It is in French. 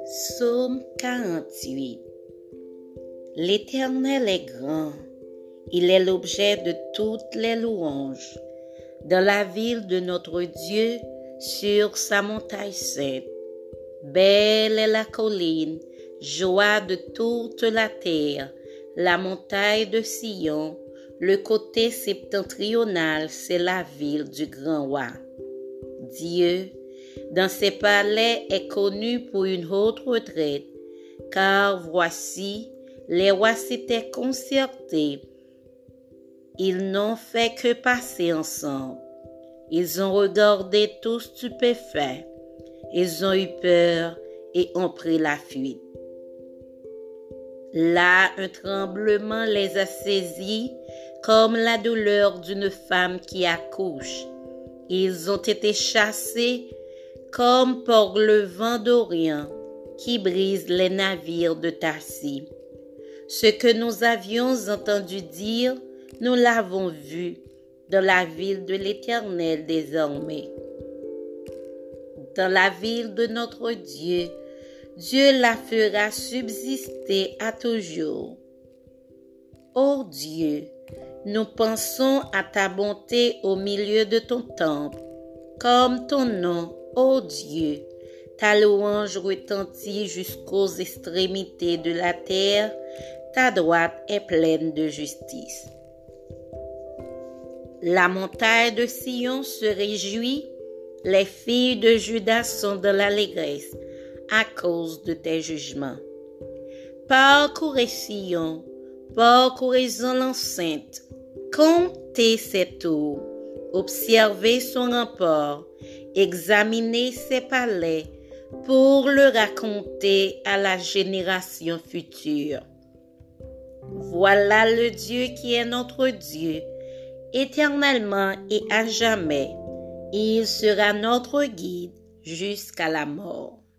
Psaume 48. L'Éternel est grand, il est l'objet de toutes les louanges. Dans la ville de notre Dieu, sur sa montagne sainte, belle est la colline, joie de toute la terre, la montagne de Sion, le côté septentrional, c'est la ville du grand roi. Dieu, dans ses palais, est connu pour une haute retraite, car voici, les rois s'étaient concertés. Ils n'ont fait que passer ensemble. Ils ont regardé tous stupéfaits. Ils ont eu peur et ont pris la fuite. Là, un tremblement les a saisis comme la douleur d'une femme qui accouche. Ils ont été chassés comme par le vent d'Orient qui brise les navires de Tarsis. Ce que nous avions entendu dire, nous l'avons vu dans la ville de l'Éternel désormais. Dans la ville de notre Dieu, Dieu la fera subsister à toujours. Ô Dieu, nous pensons à ta bonté au milieu de ton temple, comme ton nom, ô Dieu. Ta louange retentit jusqu'aux extrémités de la terre, ta droite est pleine de justice. La montagne de Sion se réjouit, les filles de Juda sont dans l'allégresse à cause de tes jugements. Parcourez Sion, parcourez-en l'enceinte, comptez ses tours, observez son rempart, examinez ses palais pour le raconter à la génération future. Voilà le Dieu qui est notre Dieu, éternellement et à jamais. Il sera notre guide jusqu'à la mort.